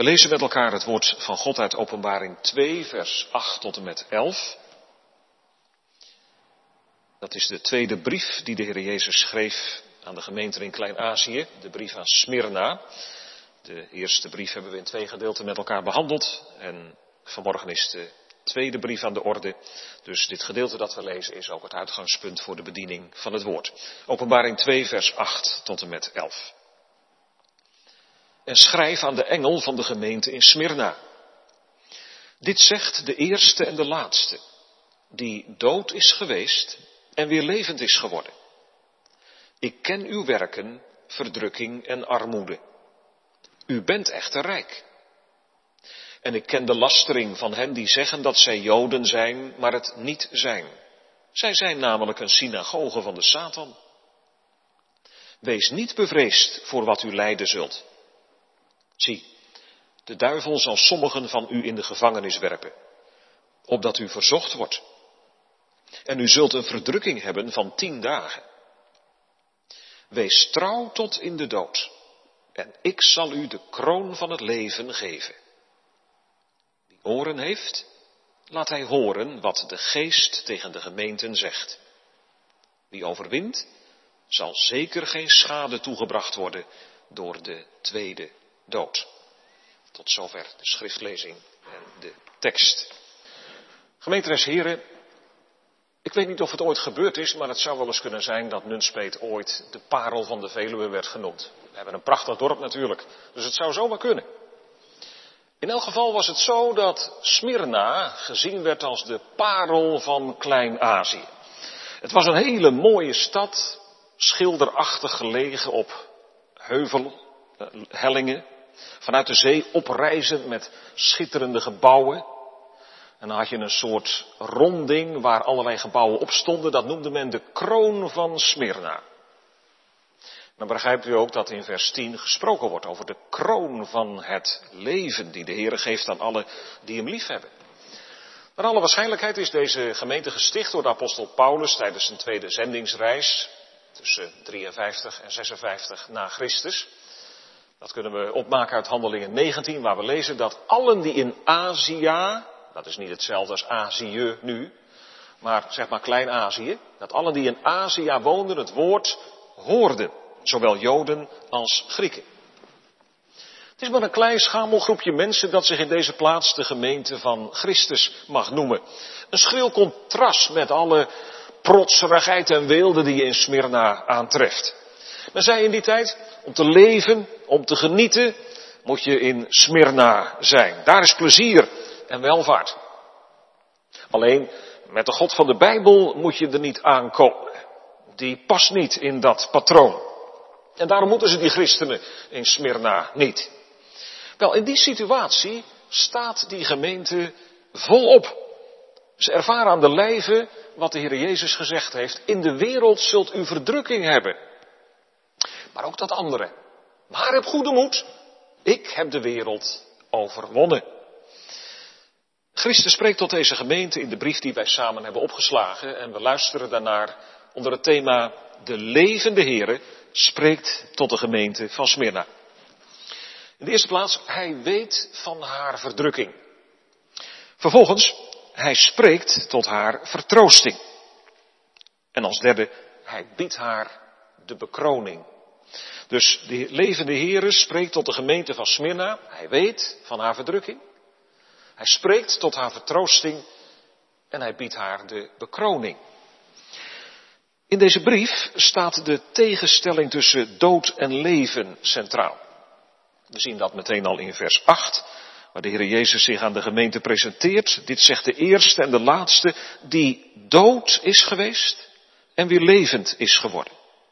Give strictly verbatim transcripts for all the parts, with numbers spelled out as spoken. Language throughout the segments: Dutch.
lezen met elkaar het woord van God uit Openbaring twee, vers acht tot en met elf. Dat is de tweede brief die de Heer Jezus schreef aan de gemeenten in Klein-Azië, de brief aan Smyrna. De eerste brief hebben we in twee gedeelten met elkaar behandeld en vanmorgen is de tweede brief aan de orde. Dus dit gedeelte dat we lezen is ook het uitgangspunt voor de bediening van het woord. Openbaring twee, vers acht tot en met elf. En schrijf aan de engel van de gemeente in Smyrna. Dit zegt de eerste en de laatste, die dood is geweest en weer levend is geworden. Ik ken uw werken, verdrukking en armoede. U bent echter rijk. En ik ken de lastering van hen die zeggen dat zij Joden zijn, maar het niet zijn. Zij zijn namelijk een synagoge van de Satan. Wees niet bevreesd voor wat u lijden zult. Zie, de duivel zal sommigen van u in de gevangenis werpen, opdat u verzocht wordt. En u zult een verdrukking hebben van tien dagen. Wees trouw tot in de dood, en ik zal u de kroon van het leven geven. Wie oren heeft, laat hij horen wat de geest tegen de gemeenten zegt. Wie overwint, zal zeker geen schade toegebracht worden door de tweede dood. Tot zover de schriftlezing en de tekst. Gemeenteres heren, ik weet niet of het ooit gebeurd is, maar het zou wel eens kunnen zijn dat Nunspeet ooit de parel van de Veluwe werd genoemd. We hebben een prachtig dorp natuurlijk, dus het zou zomaar kunnen. In elk geval was het zo dat Smyrna gezien werd als de parel van Klein-Azië. Het was een hele mooie stad, schilderachtig gelegen op heuvelhellingen, vanuit de zee oprijzend met schitterende gebouwen. En dan had je een soort ronding waar allerlei gebouwen op stonden. Dat noemde men de kroon van Smyrna. Dan begrijpt u ook dat in vers tien gesproken wordt over de kroon van het leven die de Heere geeft aan alle die hem liefhebben. Naar alle waarschijnlijkheid is deze gemeente gesticht door de apostel Paulus tijdens zijn tweede zendingsreis tussen drieënvijftig en zesenvijftig na Christus. Dat kunnen we opmaken uit Handelingen negentien, waar we lezen dat allen die in Azië, dat is niet hetzelfde als Azië nu, maar zeg maar Klein-Azië, dat allen die in Azië woonden het woord hoorden, zowel Joden als Grieken. Het is maar een klein schamelgroepje mensen dat zich in deze plaats de gemeente van Christus mag noemen. Een schril contrast met alle protserigheid en weelde die je in Smyrna aantreft. Men zei in die tijd, om te leven, om te genieten, moet je in Smyrna zijn. Daar is plezier en welvaart. Alleen, met de God van de Bijbel moet je er niet aankomen. Die past niet in dat patroon. En daarom moeten ze die christenen in Smyrna niet. Wel, in die situatie staat die gemeente volop. Ze ervaren aan de lijve wat de Heer Jezus gezegd heeft. In de wereld zult u verdrukking hebben. Maar ook dat andere. Maar heb goede moed. Ik heb de wereld overwonnen. Christus spreekt tot deze gemeente in de brief die wij samen hebben opgeslagen. En we luisteren daarnaar onder het thema de levende Heere spreekt tot de gemeente van Smyrna. In de eerste plaats, hij weet van haar verdrukking. Vervolgens, hij spreekt tot haar vertroosting. En als derde, hij biedt haar de bekroning. Dus de levende Heere spreekt tot de gemeente van Smyrna. Hij weet van haar verdrukking. Hij spreekt tot haar vertroosting. En hij biedt haar de bekroning. In deze brief staat de tegenstelling tussen dood en leven centraal. We zien dat meteen al in vers acht, waar de Heer Jezus zich aan de gemeente presenteert. Dit zegt de eerste en de laatste, die dood is geweest en weer levend is geworden.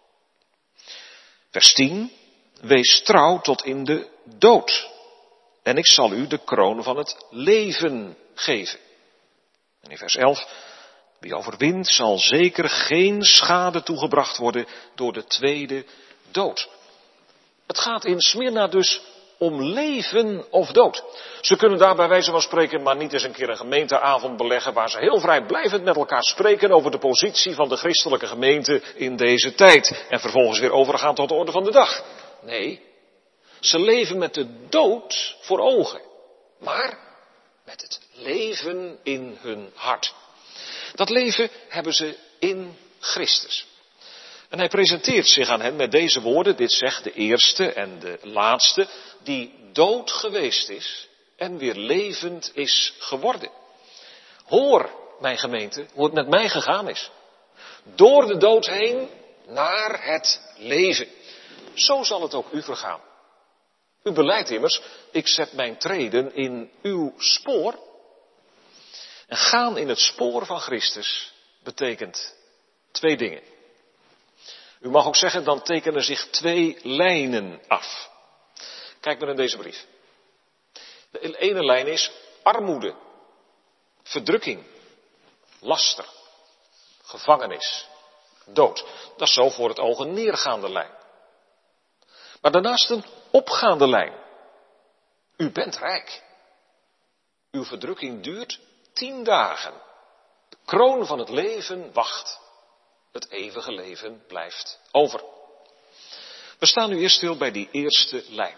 Vers tien, wees trouw tot in de dood. En ik zal u de kroon van het leven geven. En in vers elf, wie overwint zal zeker geen schade toegebracht worden door de tweede dood. Het gaat in Smyrna dus om leven of dood. Ze kunnen daar bij wijze van spreken maar niet eens een keer een gemeenteavond beleggen waar ze heel vrijblijvend met elkaar spreken over de positie van de christelijke gemeente in deze tijd. En vervolgens weer overgaan tot de orde van de dag. Nee, Ze leven met de dood voor ogen, maar met het leven in hun hart. Dat leven hebben ze in Christus. En hij presenteert zich aan hen met deze woorden, dit zegt de eerste en de laatste, die dood geweest is en weer levend is geworden. Hoor, mijn gemeente, hoe het met mij gegaan is. Door de dood heen naar het leven. Zo zal het ook u vergaan. U beleidt immers, ik zet mijn treden in uw spoor. En gaan in het spoor van Christus betekent twee dingen. U mag ook zeggen, dan tekenen zich twee lijnen af. Kijk maar in deze brief. De ene lijn is armoede, verdrukking, laster, gevangenis, dood. Dat is zo voor het oog een neergaande lijn. Maar daarnaast een opgaande lijn. U bent rijk. Uw verdrukking duurt tien dagen. De kroon van het leven wacht. Het eeuwige leven blijft over. We staan nu eerst stil bij die eerste lijn.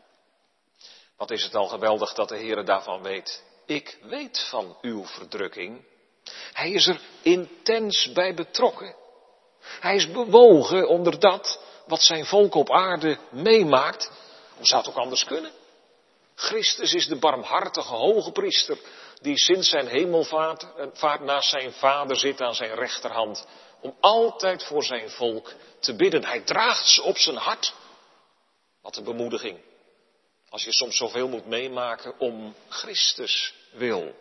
Wat is het al geweldig dat de Heere daarvan weet. Ik weet van uw verdrukking. Hij is er intens bij betrokken. Hij is bewogen onder dat wat zijn volk op aarde meemaakt. Hoe zou het ook anders kunnen? Christus is de barmhartige hoge priester die sinds zijn hemelvaart vaart naast zijn vader zit aan zijn rechterhand. Om altijd voor zijn volk te bidden. Hij draagt ze op zijn hart. Wat een bemoediging. Als je soms zoveel moet meemaken om Christus wil.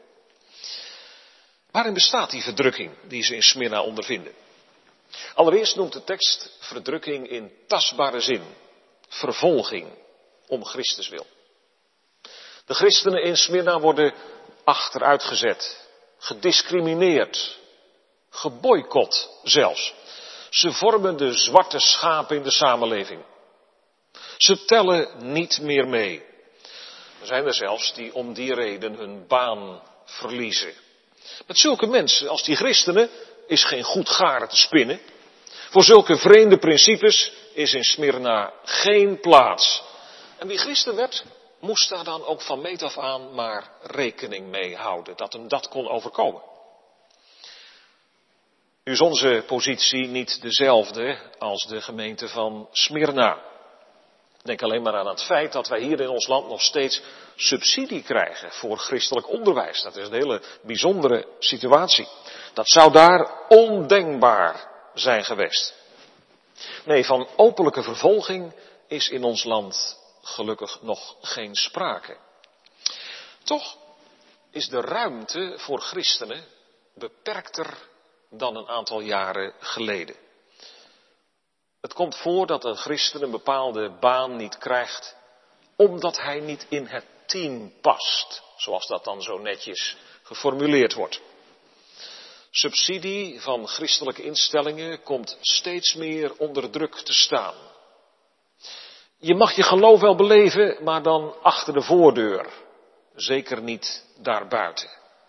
Waarin bestaat die verdrukking die ze in Smyrna ondervinden? Allereerst noemt de tekst verdrukking in tastbare zin. Vervolging om Christus wil. De christenen in Smyrna worden achteruitgezet, gediscrimineerd, geboycott zelfs. Ze vormen de zwarte schapen in de samenleving. Ze tellen niet meer mee. Er zijn er zelfs die om die reden hun baan verliezen. Met zulke mensen als die christenen is geen goed garen te spinnen. Voor zulke vreemde principes is in Smyrna geen plaats. En wie christen werd, moest daar dan ook van meet af aan maar rekening mee houden. Dat hem dat kon overkomen. Nu is onze positie niet dezelfde als de gemeente van Smyrna. Denk alleen maar aan het feit dat wij hier in ons land nog steeds subsidie krijgen voor christelijk onderwijs. Dat is een hele bijzondere situatie. Dat zou daar ondenkbaar zijn geweest. Nee, van openlijke vervolging is in ons land gelukkig nog geen sprake. Toch is de ruimte voor christenen beperkter dan een aantal jaren geleden. Het komt voor dat een christen een bepaalde baan niet krijgt, omdat hij niet in het team past, zoals dat dan zo netjes geformuleerd wordt. Subsidie van christelijke instellingen komt steeds meer onder druk te staan. Je mag je geloof wel beleven, maar dan achter de voordeur, zeker niet daarbuiten.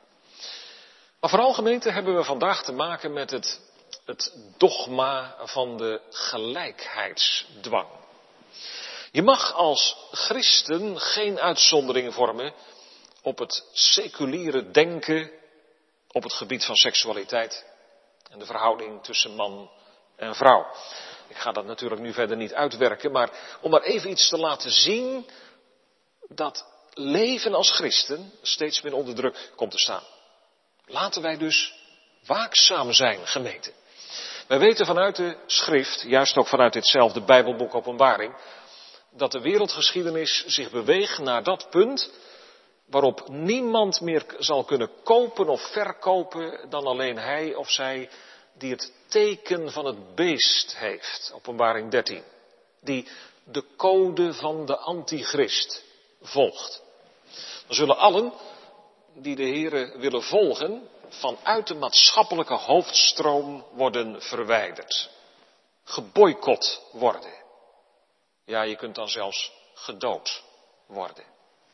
Maar vooral gemeente hebben we vandaag te maken met het, het dogma van de gelijkheidsdwang. Je mag als christen geen uitzonderingen vormen op het seculiere denken op het gebied van seksualiteit en de verhouding tussen man en vrouw. Ik ga dat natuurlijk nu verder niet uitwerken, maar om maar even iets te laten zien dat leven als christen steeds meer onder druk komt te staan. Laten wij dus waakzaam zijn, gemeente. Wij weten vanuit de schrift, juist ook vanuit ditzelfde Bijbelboek Openbaring, dat de wereldgeschiedenis zich beweegt naar dat punt waarop niemand meer zal kunnen kopen of verkopen dan alleen hij of zij die het teken van het beest heeft. Openbaring dertien. Die de code van de antichrist volgt. Dan zullen allen die de Heere willen volgen vanuit de maatschappelijke hoofdstroom worden verwijderd. Geboycott worden. Ja, je kunt dan zelfs gedood worden.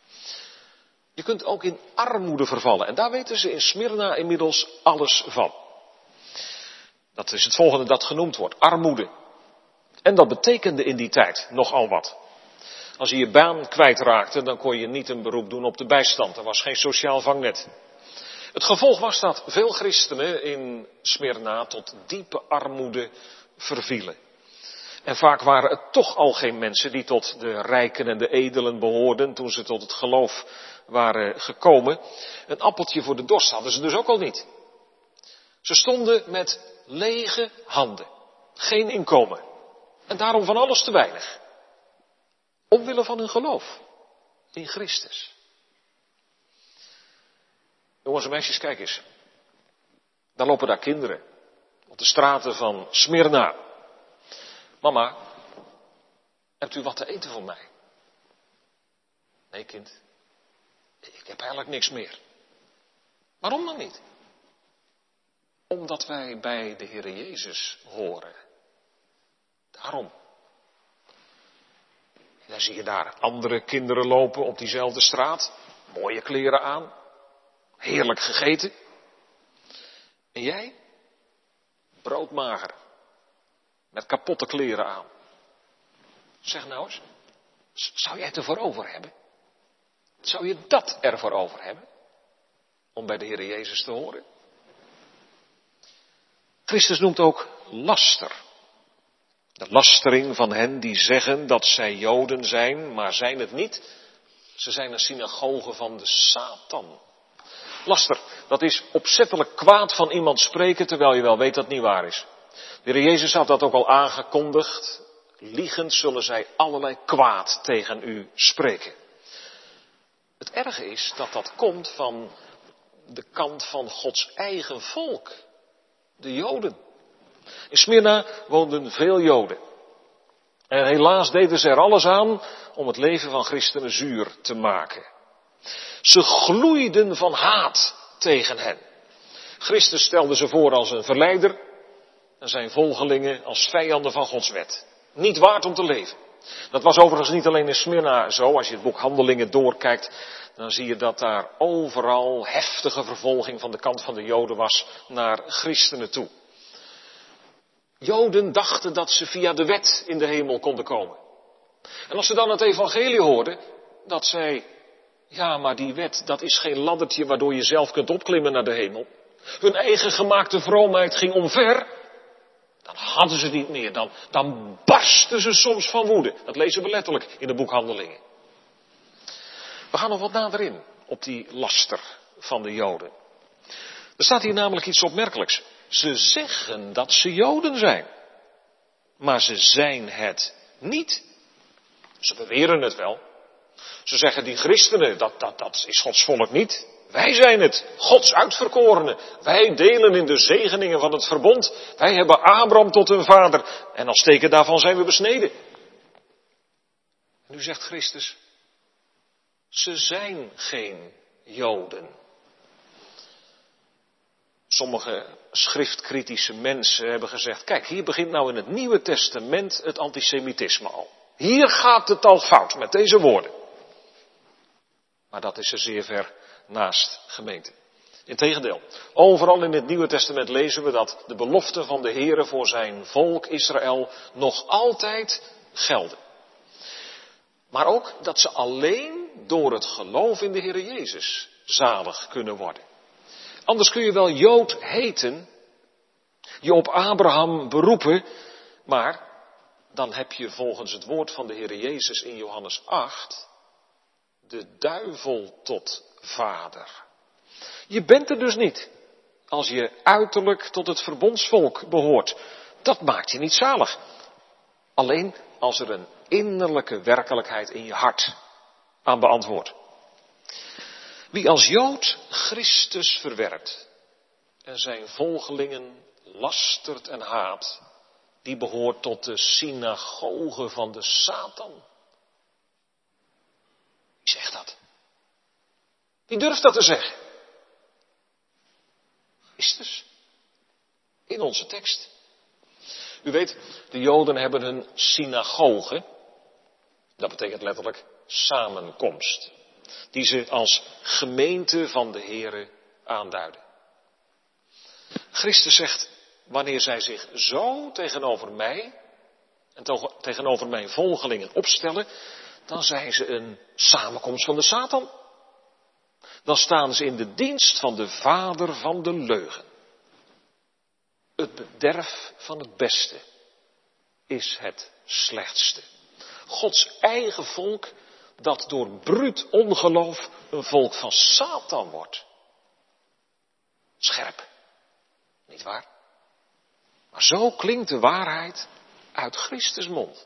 Je kunt ook in armoede vervallen. En daar weten ze in Smyrna inmiddels alles van. Dat is het volgende dat genoemd wordt. Armoede. En dat betekende in die tijd nogal wat. Als je je baan kwijtraakte, dan kon je niet een beroep doen op de bijstand. Er was geen sociaal vangnet. Het gevolg was dat veel christenen in Smyrna tot diepe armoede vervielen. En vaak waren het toch al geen mensen die tot de rijken en de edelen behoorden toen ze tot het geloof waren gekomen. Een appeltje voor de dorst hadden ze dus ook al niet. Ze stonden met lege handen. Geen inkomen. En daarom van alles te weinig. Omwille van hun geloof in Christus. Jongens en meisjes, kijk eens. Daar lopen daar kinderen. Op de straten van Smyrna. Mama, hebt u wat te eten voor mij? Nee, kind. Ik heb eigenlijk niks meer. Waarom dan niet? Omdat wij bij de Heer Jezus horen. Daarom. En dan zie je daar andere kinderen lopen op diezelfde straat. Mooie kleren aan. Heerlijk gegeten. En jij? Broodmager. Met kapotte kleren aan. Zeg nou eens. Zou jij het ervoor over hebben? Zou je dat ervoor over hebben? Om bij de Heer Jezus te horen? Christus noemt ook laster. De lastering van hen die zeggen dat zij Joden zijn, maar zijn het niet. Ze zijn een synagoge van de Satan. Laster, dat is opzettelijk kwaad van iemand spreken terwijl je wel weet dat het niet waar is. De Heer Jezus had dat ook al aangekondigd. Liegend zullen zij allerlei kwaad tegen u spreken. Het erge is dat dat komt van de kant van Gods eigen volk. De Joden. In Smyrna woonden veel Joden. En helaas deden ze er alles aan om het leven van christenen zuur te maken. Ze gloeiden van haat tegen hen. Christus stelde ze voor als een verleider en zijn volgelingen als vijanden van Gods wet. Niet waard om te leven. Dat was overigens niet alleen in Smyrna zo. Als je het boek Handelingen doorkijkt, dan zie je dat daar overal heftige vervolging van de kant van de Joden was naar christenen toe. Joden dachten dat ze via de wet in de hemel konden komen. En als ze dan het evangelie hoorden, dat zij, ja maar die wet, dat is geen laddertje waardoor je zelf kunt opklimmen naar de hemel. Hun eigen gemaakte vroomheid ging omver. Dan hadden ze niet meer, dan, dan barsten ze soms van woede. Dat lezen we letterlijk in het boek Handelingen. We gaan nog wat nader in op die laster van de Joden. Er staat hier namelijk iets opmerkelijks. Ze zeggen dat ze Joden zijn, maar ze zijn het niet. Ze beweren het wel. Ze zeggen die christenen, dat, dat, dat is Gods volk niet. Wij zijn het, Gods uitverkorenen. Wij delen in de zegeningen van het verbond. Wij hebben Abraham tot hun vader. En als teken daarvan zijn we besneden. En nu zegt Christus, ze zijn geen Joden. Sommige schriftkritische mensen hebben gezegd, kijk, hier begint nou in het Nieuwe Testament het antisemitisme al. Hier gaat het al fout met deze woorden. Maar dat is er zeer ver naast gemeente. Integendeel, overal in het Nieuwe Testament lezen we dat de beloften van de Heere voor zijn volk Israël nog altijd gelden. Maar ook dat ze alleen door het geloof in de Heere Jezus zalig kunnen worden. Anders kun je wel Jood heten, je op Abraham beroepen, maar dan heb je volgens het woord van de Heere Jezus in Johannes acht de duivel tot vader. Je bent er dus niet als je uiterlijk tot het verbondsvolk behoort. Dat maakt je niet zalig. Alleen als er een innerlijke werkelijkheid in je hart aan beantwoordt. Wie als Jood Christus verwerpt en zijn volgelingen lastert en haat, die behoort tot de synagoge van de Satan. Wie zegt dat? Wie durft dat te zeggen? Christus. In onze tekst. U weet, de Joden hebben een synagoge. Dat betekent letterlijk samenkomst. Die ze als gemeente van de Heere aanduiden. Christus zegt, wanneer zij zich zo tegenover mij en tegenover mijn volgelingen opstellen, dan zijn ze een samenkomst van de Satan. Dan staan ze in de dienst van de vader van de leugen. Het bederf van het beste is het slechtste. Gods eigen volk dat door bruut ongeloof een volk van Satan wordt. Scherp, niet waar? Maar zo klinkt de waarheid uit Christus' mond.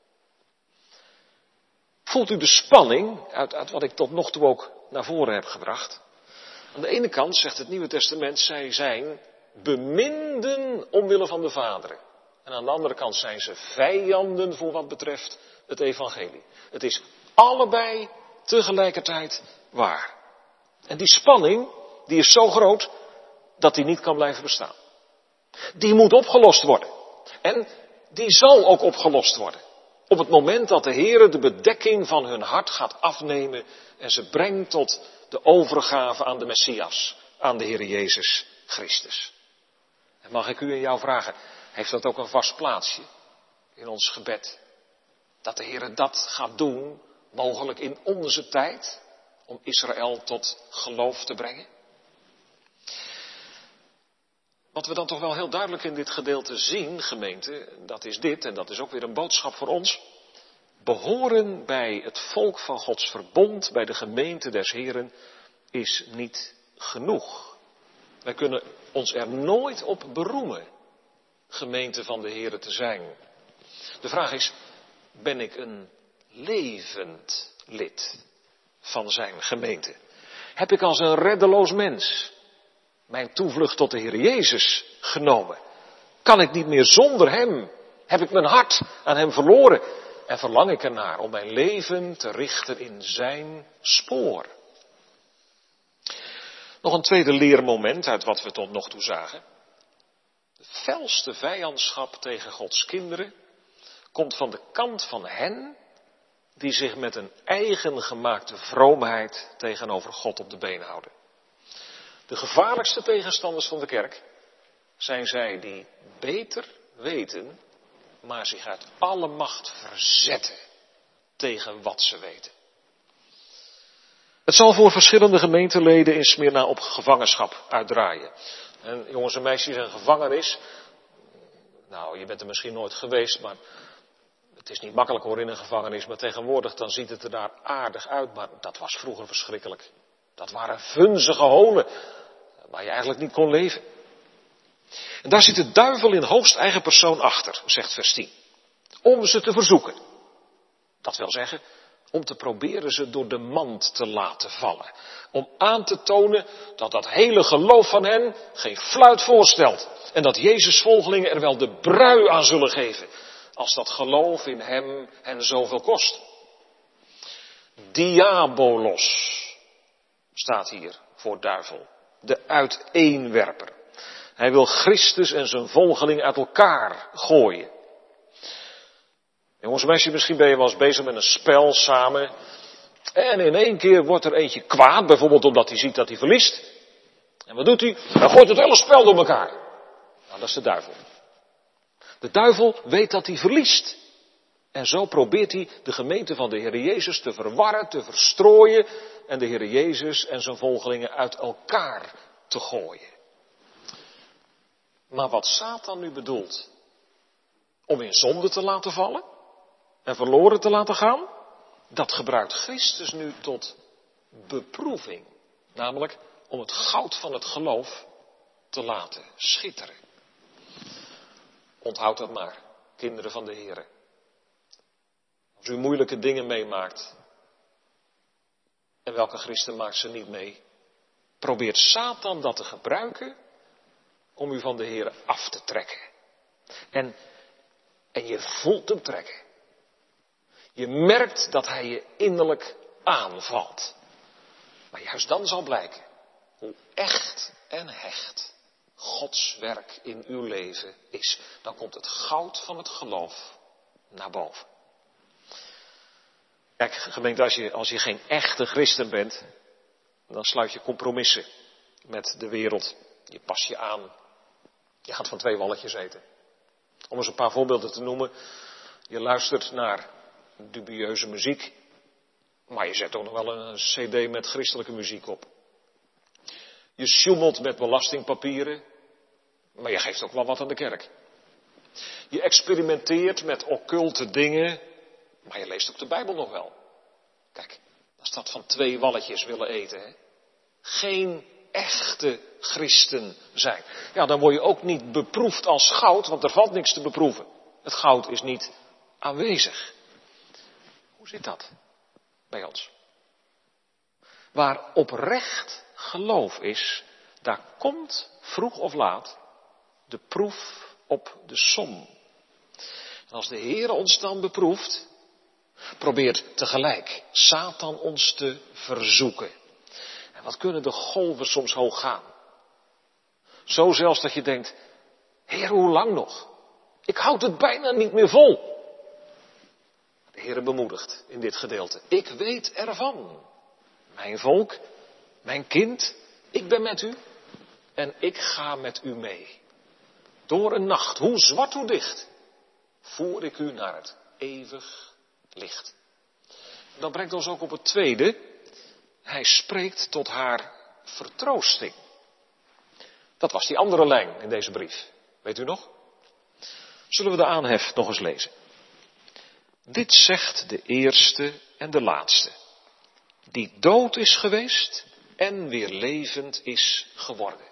Voelt u de spanning uit, uit wat ik tot nog toe ook naar voren heb gebracht? Aan de ene kant zegt het Nieuwe Testament, zij zijn beminden omwille van de vaderen. En aan de andere kant zijn ze vijanden voor wat betreft het evangelie. Het is allebei tegelijkertijd waar. En die spanning, die is zo groot dat die niet kan blijven bestaan. Die moet opgelost worden. En die zal ook opgelost worden. Op het moment dat de Heere de bedekking van hun hart gaat afnemen en ze brengt tot de overgave aan de Messias, aan de Heere Jezus Christus. En mag ik u en jou vragen, heeft dat ook een vast plaatsje in ons gebed? Dat de Heere dat gaat doen, mogelijk in onze tijd, om Israël tot geloof te brengen? Wat we dan toch wel heel duidelijk in dit gedeelte zien, gemeente, dat is dit, en dat is ook weer een boodschap voor ons. Behoren bij het volk van Gods verbond, bij de gemeente des Heren, is niet genoeg. Wij kunnen ons er nooit op beroemen, gemeente van de Heren te zijn. De vraag is, ben ik een levend lid van zijn gemeente? Heb ik als een reddeloos mens mijn toevlucht tot de Heer Jezus genomen? Kan ik niet meer zonder Hem? Heb ik mijn hart aan Hem verloren? En verlang ik ernaar om mijn leven te richten in zijn spoor? Nog een tweede leermoment uit wat we tot nog toe zagen. De felste vijandschap tegen Gods kinderen komt van de kant van hen die zich met een eigen gemaakte vroomheid tegenover God op de been houden. De gevaarlijkste tegenstanders van de kerk zijn zij die beter weten, maar zich uit alle macht verzetten tegen wat ze weten. Het zal voor verschillende gemeenteleden in Smyrna op gevangenschap uitdraaien. En jongens en meisjes, een gevangenis, nou, je bent er misschien nooit geweest, maar het is niet makkelijk hoor in een gevangenis, maar tegenwoordig dan ziet het er daar aardig uit, maar dat was vroeger verschrikkelijk. Dat waren vunzige holen waar je eigenlijk niet kon leven. En daar zit de duivel in hoogst eigen persoon achter, zegt vers tien. Om ze te verzoeken. Dat wil zeggen, om te proberen ze door de mand te laten vallen. Om aan te tonen dat dat hele geloof van hen geen fluit voorstelt. En dat Jezus' volgelingen er wel de brui aan zullen geven. Als dat geloof in hem hen zoveel kost. Diabolos staat hier voor duivel. De uiteenwerper. Hij wil Christus en zijn volgelingen uit elkaar gooien. Jongens en meisjes, misschien ben je wel eens bezig met een spel samen. En in één keer wordt er eentje kwaad, bijvoorbeeld omdat hij ziet dat hij verliest. En wat doet hij? Hij gooit het hele spel door elkaar. Nou, dat is de duivel. De duivel weet dat hij verliest. En zo probeert hij de gemeente van de Heer Jezus te verwarren, te verstrooien. En de Heer Jezus en zijn volgelingen uit elkaar te gooien. Maar wat Satan nu bedoelt om in zonde te laten vallen en verloren te laten gaan, dat gebruikt Christus nu tot beproeving. Namelijk om het goud van het geloof te laten schitteren. Onthoud dat maar, kinderen van de Heer. Als u moeilijke dingen meemaakt, en welke christen maakt ze niet mee, probeert Satan dat te gebruiken om u van de Heer af te trekken. En, en je voelt hem trekken. Je merkt dat hij je innerlijk aanvalt. Maar juist dan zal blijken hoe echt en hecht Gods werk in uw leven is. Dan komt het goud van het geloof naar boven. Kijk, gemeente, als je, als je geen echte christen bent, dan sluit je compromissen met de wereld. Je past je aan. Je gaat van twee walletjes eten. Om eens een paar voorbeelden te noemen. Je luistert naar dubieuze muziek. Maar je zet toch nog wel een cd met christelijke muziek op. Je sjoemelt met belastingpapieren, maar je geeft ook wel wat aan de kerk. Je experimenteert met occulte dingen, maar je leest ook de Bijbel nog wel. Kijk, dat is dat van twee walletjes willen eten, hè? Geen echte christen zijn. Ja, dan word je ook niet beproefd als goud, want er valt niks te beproeven. Het goud is niet aanwezig. Hoe zit dat bij ons? Waar oprecht geloof is, daar komt vroeg of laat de proef op de som. En als de Heer ons dan beproeft, probeert tegelijk Satan ons te verzoeken. En wat kunnen de golven soms hoog gaan? Zo zelfs dat je denkt, Heer, hoe lang nog? Ik houd het bijna niet meer vol. De Heer bemoedigt in dit gedeelte. Ik weet ervan. Mijn volk, mijn kind, ik ben met u en ik ga met u mee. Door een nacht, hoe zwart, hoe dicht, voer ik u naar het eeuwig licht. Dat brengt ons ook op het tweede. Hij spreekt tot haar vertroosting. Dat was die andere lijn in deze brief. Weet u nog? Zullen we de aanhef nog eens lezen? Dit zegt de eerste en de laatste, die dood is geweest en weer levend is geworden.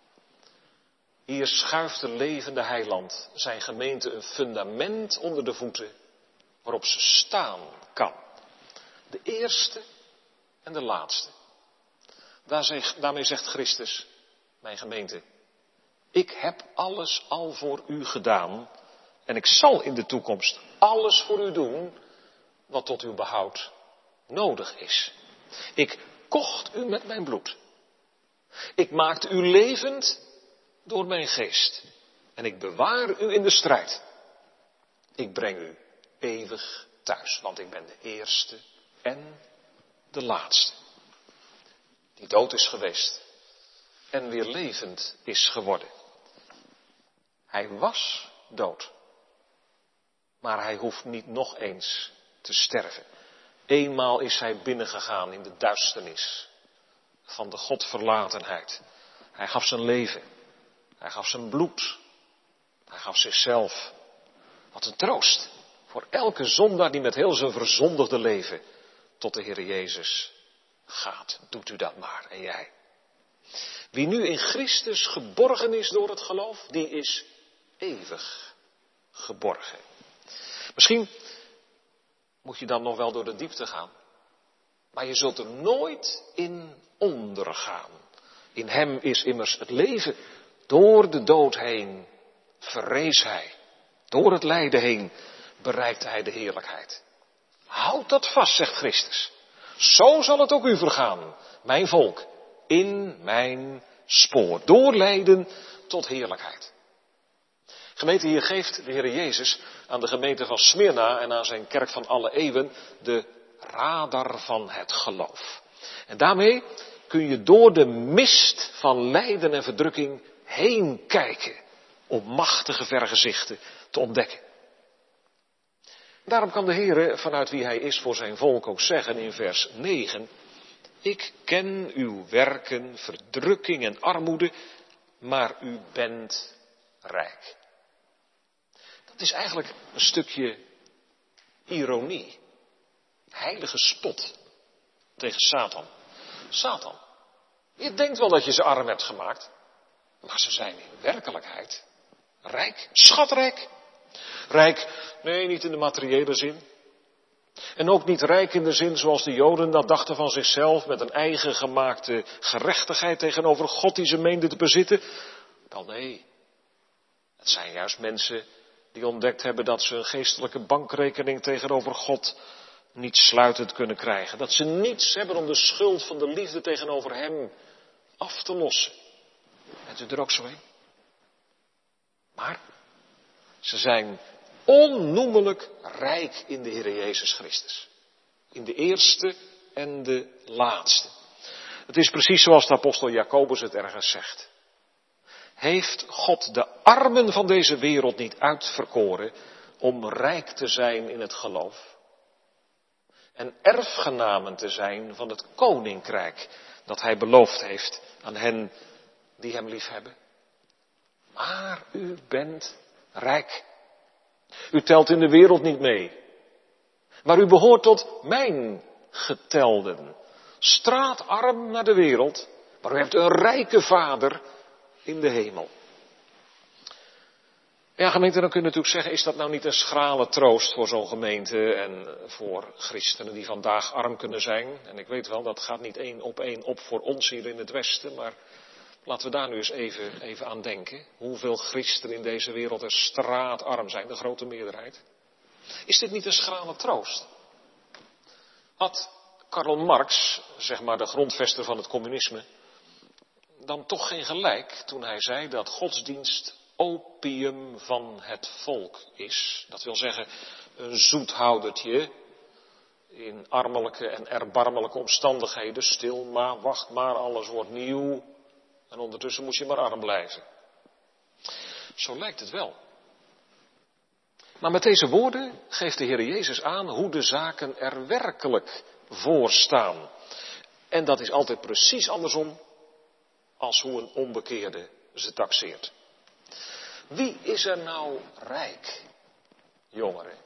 Hier schuift de levende heiland zijn gemeente een fundament onder de voeten waarop ze staan kan. De eerste en de laatste. Daar zegt, daarmee zegt Christus, mijn gemeente, ik heb alles al voor u gedaan en ik zal in de toekomst alles voor u doen wat tot uw behoud nodig is. Ik kocht u met mijn bloed. Ik maakte u levend door mijn geest. En ik bewaar u in de strijd. Ik breng u eeuwig thuis, want ik ben de eerste en de laatste. Die dood is geweest en weer levend is geworden. Hij was dood. Maar hij hoeft niet nog eens te sterven. Eenmaal is hij binnengegaan in de duisternis van de Godverlatenheid. Hij gaf zijn leven. Hij gaf zijn bloed. Hij gaf zichzelf. Wat een troost voor elke zondaar die met heel zijn verzondigde leven tot de Heer Jezus gaat. Doet u dat maar en jij. Wie nu in Christus geborgen is door het geloof, die is eeuwig geborgen. Misschien moet je dan nog wel door de diepte gaan. Maar je zult er nooit in ondergaan. In hem is immers het leven. Door de dood heen verrees hij. Door het lijden heen bereikte hij de heerlijkheid. Houd dat vast, zegt Christus. Zo zal het ook u vergaan, mijn volk, in mijn spoor. Door lijden tot heerlijkheid. Gemeente, hier geeft de Heer Jezus aan de gemeente van Smyrna en aan zijn kerk van alle eeuwen de radar van het geloof. En daarmee kun je door de mist van lijden en verdrukking heen kijken om machtige vergezichten te ontdekken. Daarom kan de Heer, vanuit wie hij is voor zijn volk, ook zeggen in vers negen, ik ken uw werken, verdrukking en armoede, maar u bent rijk. Dat is eigenlijk een stukje ironie, heilige spot tegen Satan. Satan, je denkt wel dat je ze arm hebt gemaakt, maar ze zijn in werkelijkheid rijk, schatrijk. Rijk, nee, niet in de materiële zin. En ook niet rijk in de zin zoals de Joden dat dachten van zichzelf, met een eigen gemaakte gerechtigheid tegenover God die ze meenden te bezitten. Wel nee, het zijn juist mensen die ontdekt hebben dat ze een geestelijke bankrekening tegenover God niet sluitend kunnen krijgen. Dat ze niets hebben om de schuld van de liefde tegenover hem af te lossen. Bent u er ook zo in? Maar ze zijn onnoemelijk rijk in de Heer Jezus Christus. In de eerste en de laatste. Het is precies zoals de apostel Jacobus het ergens zegt. Heeft God de armen van deze wereld niet uitverkoren om rijk te zijn in het geloof? en erfgenamen te zijn van het koninkrijk dat hij beloofd heeft aan hen die hem liefhebben. Maar u bent rijk. U telt in de wereld niet mee. Maar u behoort tot mijn getelden. Straatarm naar de wereld, maar u hebt een rijke vader in de hemel. Ja, gemeente, dan kun je natuurlijk zeggen, is dat nou niet een schrale troost voor zo'n gemeente en voor christenen die vandaag arm kunnen zijn? En ik weet wel, dat gaat niet één op één op voor ons hier in het Westen, maar laten we daar nu eens even, even aan denken. Hoeveel christenen in deze wereld er straatarm zijn, de grote meerderheid. Is dit niet een schrale troost? Had Karl Marx, zeg maar de grondvester van het communisme, dan toch geen gelijk toen hij zei dat godsdienst opium van het volk is? Dat wil zeggen, een zoethoudertje in armelijke en erbarmelijke omstandigheden. Stil maar, wacht maar, alles wordt nieuw. En ondertussen moet je maar arm blijven. Zo lijkt het wel. Maar met deze woorden geeft de Heer Jezus aan hoe de zaken er werkelijk voor staan. En dat is altijd precies andersom als hoe een onbekeerde ze taxeert. Wie is er nou rijk, jongeren?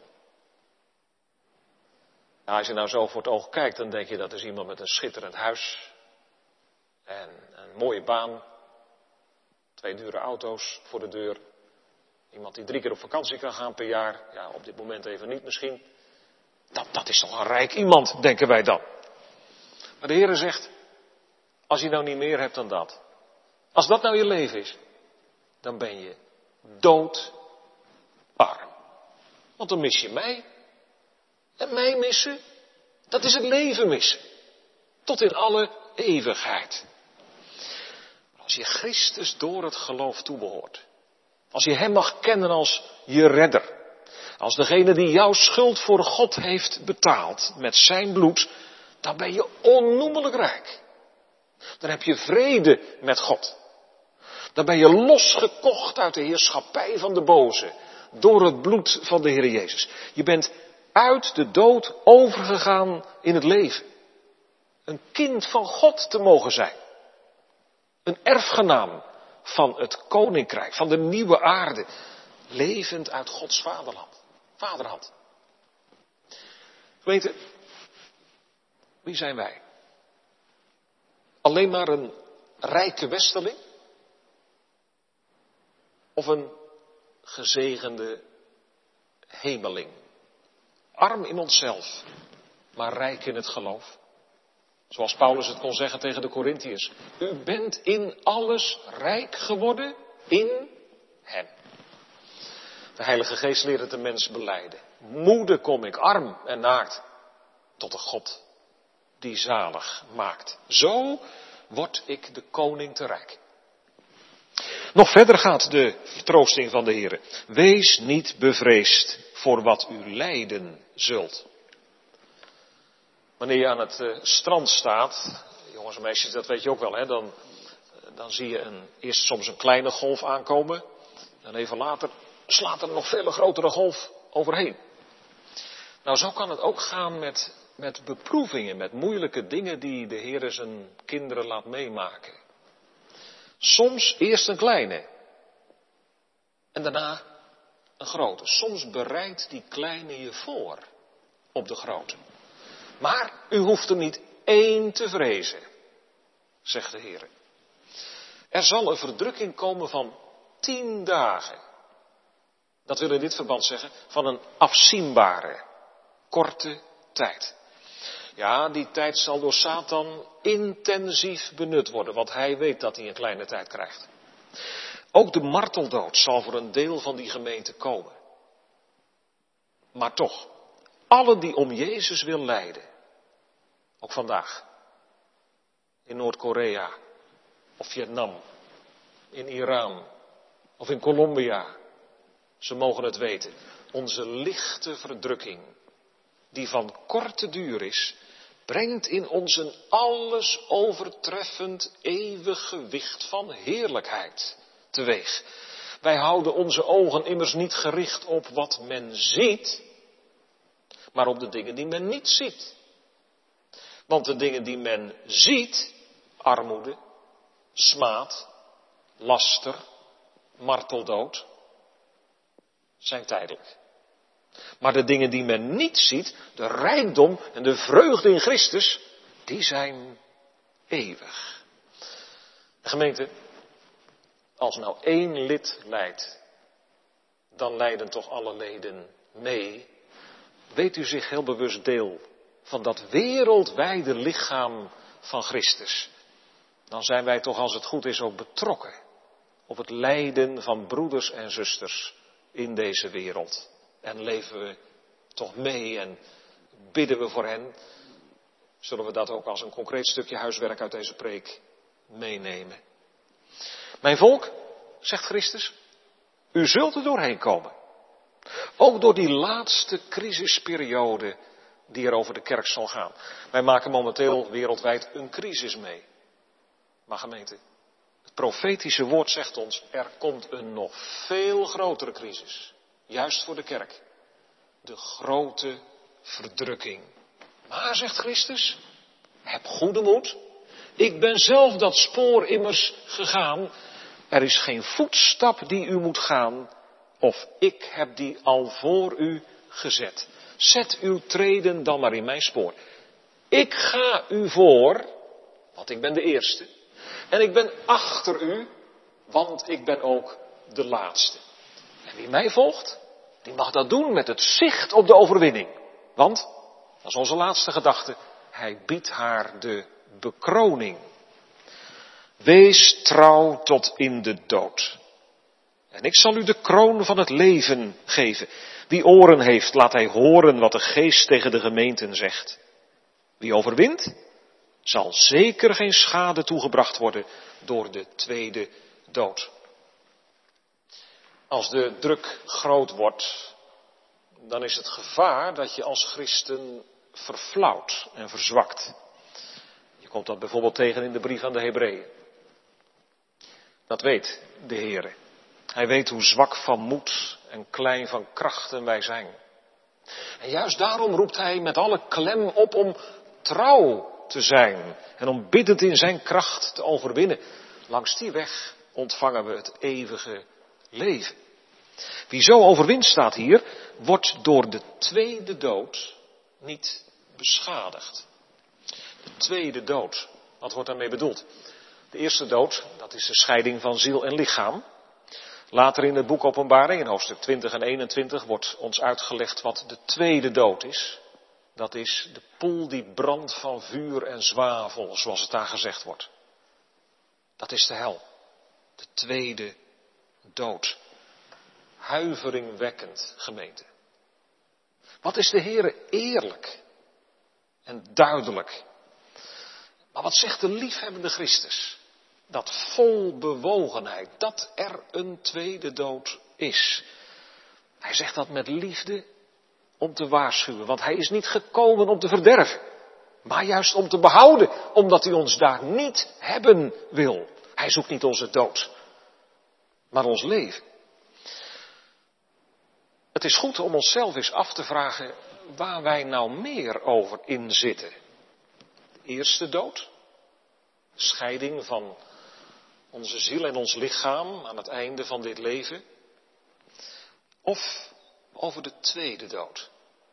Nou, als je nou zo voor het oog kijkt, dan denk je dat is iemand met een schitterend huis. En een mooie baan. Twee dure auto's voor de deur. Iemand die drie keer op vakantie kan gaan per jaar. Ja, op dit moment even niet misschien. Dat, dat is toch een rijk iemand, denken wij dan. Maar de Heere zegt, als je nou niet meer hebt dan dat. Als dat nou je leven is, dan ben je doodarm. Want dan mis je mij. En mij missen, dat is het leven missen. Tot in alle eeuwigheid. Als je Christus door het geloof toebehoort. Als je hem mag kennen als je redder. Als degene die jouw schuld voor God heeft betaald met zijn bloed. Dan ben je onnoemelijk rijk. Dan heb je vrede met God. Dan ben je losgekocht uit de heerschappij van de boze. Door het bloed van de Heer Jezus. Je bent uit de dood overgegaan in het leven. Een kind van God te mogen zijn. Een erfgenaam van het koninkrijk, van de nieuwe aarde. Levend uit Gods vaderland. Vaderhand. Weet je, wie zijn wij? Alleen maar een rijke westerling? Of een gezegende hemeling? Arm in onszelf, maar rijk in het geloof. Zoals Paulus het kon zeggen tegen de Korintiërs. U bent in alles rijk geworden in hem. De Heilige Geest leert het de mens belijden. Moede kom ik, arm en naakt, tot de God die zalig maakt. Zo word ik de koning te rijk. Nog verder gaat de vertroosting van de Heer. Wees niet bevreesd voor wat u lijden zult. Wanneer je aan het uh, strand staat, jongens en meisjes, dat weet je ook wel, hè, dan, dan zie je een, eerst soms een kleine golf aankomen. En even later slaat er een nog veel grotere golf overheen. Nou, zo kan het ook gaan met, met beproevingen, met moeilijke dingen die de Heer zijn kinderen laat meemaken. Soms eerst een kleine. En daarna een grote. Soms bereidt die kleine je voor op de grote. Maar u hoeft er niet één te vrezen, zegt de Heer. Er zal een verdrukking komen van tien dagen. Dat wil in dit verband zeggen van een afzienbare, korte tijd. Ja, die tijd zal door Satan intensief benut worden, want hij weet dat hij een kleine tijd krijgt. Ook de marteldood zal voor een deel van die gemeente komen. Maar toch, allen die om Jezus wil lijden, ook vandaag, in Noord-Korea, of Vietnam, in Iran, of in Colombia, ze mogen het weten. Onze lichte verdrukking, die van korte duur is, brengt in ons een alles overtreffend eeuwig gewicht van heerlijkheid teweeg. Wij houden onze ogen immers niet gericht op wat men ziet, maar op de dingen die men niet ziet. Want de dingen die men ziet, armoede, smaad, laster, marteldood, zijn tijdelijk. Maar de dingen die men niet ziet, de rijkdom en de vreugde in Christus, die zijn eeuwig. De gemeente, als nou één lid lijdt, dan lijden toch alle leden mee. Weet u zich heel bewust deel van dat wereldwijde lichaam van Christus. Dan zijn wij toch, als het goed is, ook betrokken op het lijden van broeders en zusters in deze wereld. En leven we toch mee en bidden we voor hen. Zullen we dat ook als een concreet stukje huiswerk uit deze preek meenemen. Mijn volk, zegt Christus, u zult er doorheen komen. Ook door die laatste crisisperiode die er over de kerk zal gaan. Wij maken momenteel wereldwijd een crisis mee. Maar gemeente, het profetische woord zegt ons, er komt een nog veel grotere crisis. Juist voor de kerk. De grote verdrukking. Maar, zegt Christus, heb goede moed. Ik ben zelf dat spoor immers gegaan. Er is geen voetstap die u moet gaan, of ik heb die al voor u gezet. Zet uw treden dan maar in mijn spoor. Ik ga u voor, want ik ben de eerste. En ik ben achter u, want ik ben ook de laatste. En wie mij volgt, die mag dat doen met het zicht op de overwinning. Want, dat is onze laatste gedachte, hij biedt haar de bekroning. Wees trouw tot in de dood. En ik zal u de kroon van het leven geven. Wie oren heeft, laat hij horen wat de geest tegen de gemeenten zegt. Wie overwint, zal zeker geen schade toegebracht worden door de tweede dood. Als de druk groot wordt, dan is het gevaar dat je als christen verflauwt en verzwakt. Je komt dat bijvoorbeeld tegen in de brief aan de Hebreeën. Dat weet de Heere. Hij weet hoe zwak van moed en klein van krachten wij zijn. En juist daarom roept hij met alle klem op om trouw te zijn en om biddend in zijn kracht te overwinnen. Langs die weg ontvangen we het eeuwige leven. Wie zo overwint, staat hier, wordt door de tweede dood niet beschadigd. De tweede dood, wat wordt daarmee bedoeld? De eerste dood, dat is de scheiding van ziel en lichaam. Later in het boek Openbaring, in hoofdstuk twintig en eenentwintig, wordt ons uitgelegd wat de tweede dood is. Dat is de poel die brandt van vuur en zwavel, zoals het daar gezegd wordt. Dat is de hel. De tweede dood. Huiveringwekkend, gemeente. Wat is de Heere eerlijk en duidelijk. Maar wat zegt de liefhebbende Christus? Dat vol bewogenheid, dat er een tweede dood is. Hij zegt dat met liefde om te waarschuwen, want hij is niet gekomen om te verderven, maar juist om te behouden, omdat hij ons daar niet hebben wil. Hij zoekt niet onze dood, maar ons leven. Het is goed om onszelf eens af te vragen waar wij nou meer over inzitten. De eerste dood, scheiding van onze ziel en ons lichaam aan het einde van dit leven. Of over de tweede dood.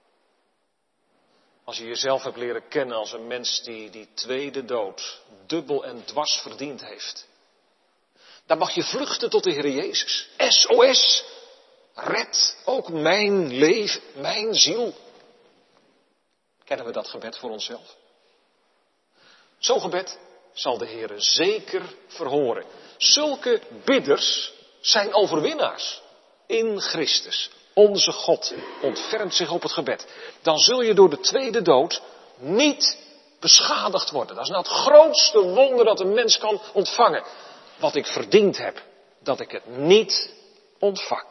Als je jezelf hebt leren kennen als een mens die die tweede dood dubbel en dwars verdiend heeft. Dan mag je vluchten tot de Heer Jezus. S O S, red ook mijn leven, mijn ziel. Kennen we dat gebed voor onszelf? Zo'n gebed zal de Heer zeker verhoren. Zulke bidders zijn overwinnaars in Christus. Onze God ontfermt zich op het gebed. Dan zul je door de tweede dood niet beschadigd worden. Dat is nou het grootste wonder dat een mens kan ontvangen. Wat ik verdiend heb, dat ik het niet ontvang.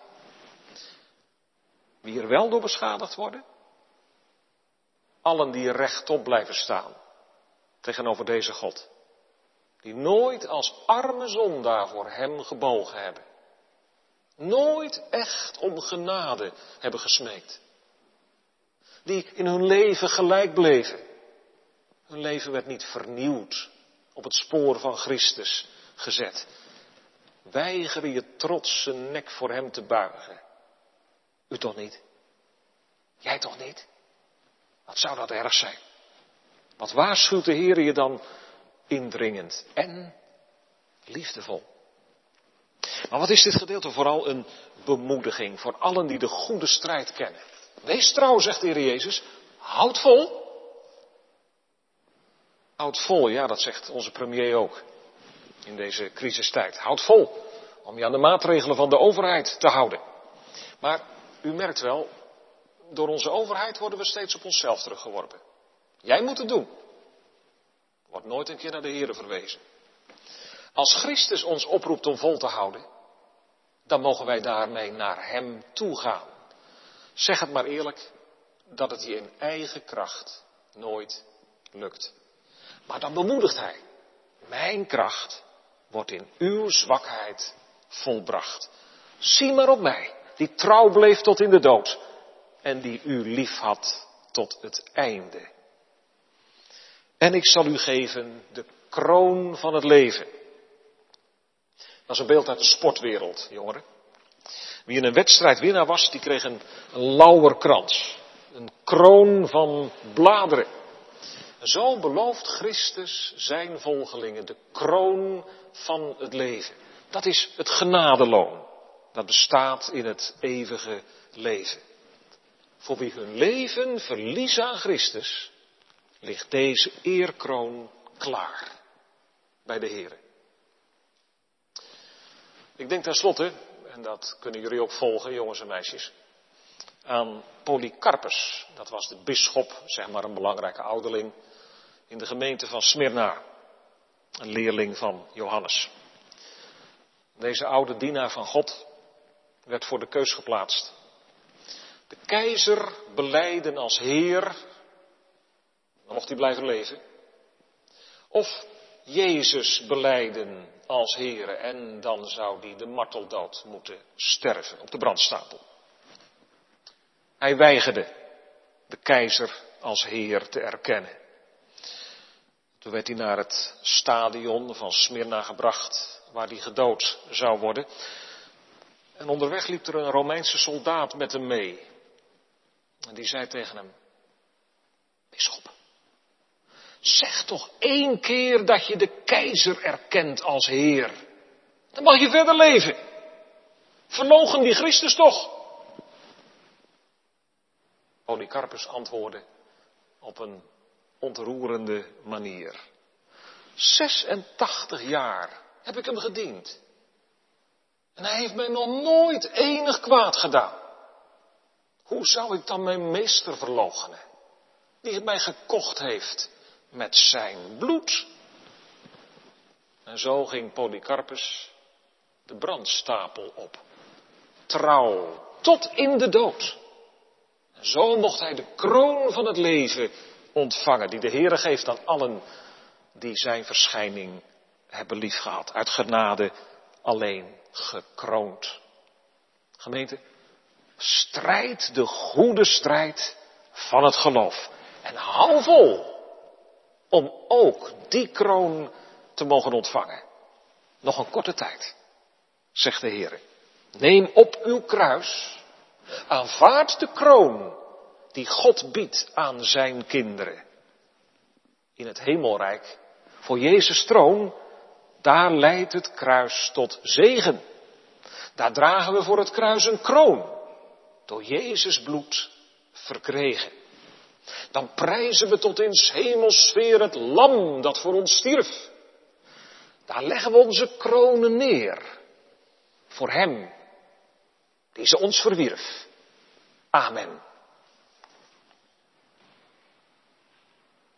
Wie er wel door beschadigd worden? Allen die rechtop blijven staan tegenover deze God. Die nooit als arme zondaar voor hem gebogen hebben. Nooit echt om genade hebben gesmeekt. Die in hun leven gelijk bleven. Hun leven werd niet vernieuwd, op het spoor van Christus gezet. Weiger je trotse nek voor hem te buigen. U toch niet? Jij toch niet? Wat zou dat erg zijn? Wat waarschuwt de Heer je dan indringend en liefdevol? Maar wat is dit gedeelte vooral een bemoediging voor allen die de goede strijd kennen. Wees trouw, zegt de Heer Jezus, houd vol. Houd vol, ja, dat zegt onze premier ook in deze crisistijd. Houd vol om je aan de maatregelen van de overheid te houden. Maar u merkt wel, door onze overheid worden we steeds op onszelf teruggeworpen. Jij moet het doen. Wordt nooit een keer naar de Heer verwezen. Als Christus ons oproept om vol te houden, dan mogen wij daarmee naar hem toe gaan. Zeg het maar eerlijk, dat het je in eigen kracht nooit lukt. Maar dan bemoedigt hij. Mijn kracht wordt in uw zwakheid volbracht. Zie maar op mij, die trouw bleef tot in de dood en die u lief had tot het einde. En ik zal u geven de kroon van het leven. Dat is een beeld uit de sportwereld, jongeren. Wie in een wedstrijd winnaar was, die kreeg een, een lauwerkrans. Een kroon van bladeren. Zo belooft Christus zijn volgelingen de kroon van het leven. Dat is het genadeloon. Dat bestaat in het eeuwige leven. Voor wie hun leven verliezen aan Christus, ligt deze eerkroon klaar bij de Heer. Ik denk tenslotte, en dat kunnen jullie ook volgen, jongens en meisjes, aan Polycarpus. Dat was de bisschop, zeg maar een belangrijke ouderling in de gemeente van Smyrna. Een leerling van Johannes. Deze oude dienaar van God werd voor de keus geplaatst. De keizer belijden als Heer, dan mocht hij blijven leven. Of Jezus belijden als Heere en dan zou hij de marteldood moeten sterven op de brandstapel. Hij weigerde de keizer als Heer te erkennen. Toen werd hij naar het stadion van Smyrna gebracht waar hij gedood zou worden. En onderweg liep er een Romeinse soldaat met hem mee. En die zei tegen hem: Bisschop, zeg toch één keer dat je de keizer erkent als Heer. Dan mag je verder leven. Verloochen die Christus toch? Polycarpus antwoordde op een ontroerende manier. zesentachtig jaar heb ik hem gediend. En hij heeft mij nog nooit enig kwaad gedaan. Hoe zou ik dan mijn meester verloochenen, die het mij gekocht heeft met zijn bloed? En zo ging Polycarpus de brandstapel op. Trouw tot in de dood. En zo mocht hij de kroon van het leven ontvangen, die de Heere geeft aan allen die zijn verschijning hebben liefgehad. Uit genade alleen gekroond. Gemeente, strijd de goede strijd van het geloof. En hou vol om ook die kroon te mogen ontvangen. Nog een korte tijd, zegt de Heer. Neem op uw kruis, aanvaard de kroon die God biedt aan zijn kinderen. In het hemelrijk, voor Jezus' troon, daar leidt het kruis tot zegen. Daar dragen we voor het kruis een kroon, door Jezus bloed verkregen. Dan prijzen we tot in 's hemels sfeer het lam dat voor ons stierf. Daar leggen we onze kronen neer, voor hem die ze ons verwierf. Amen.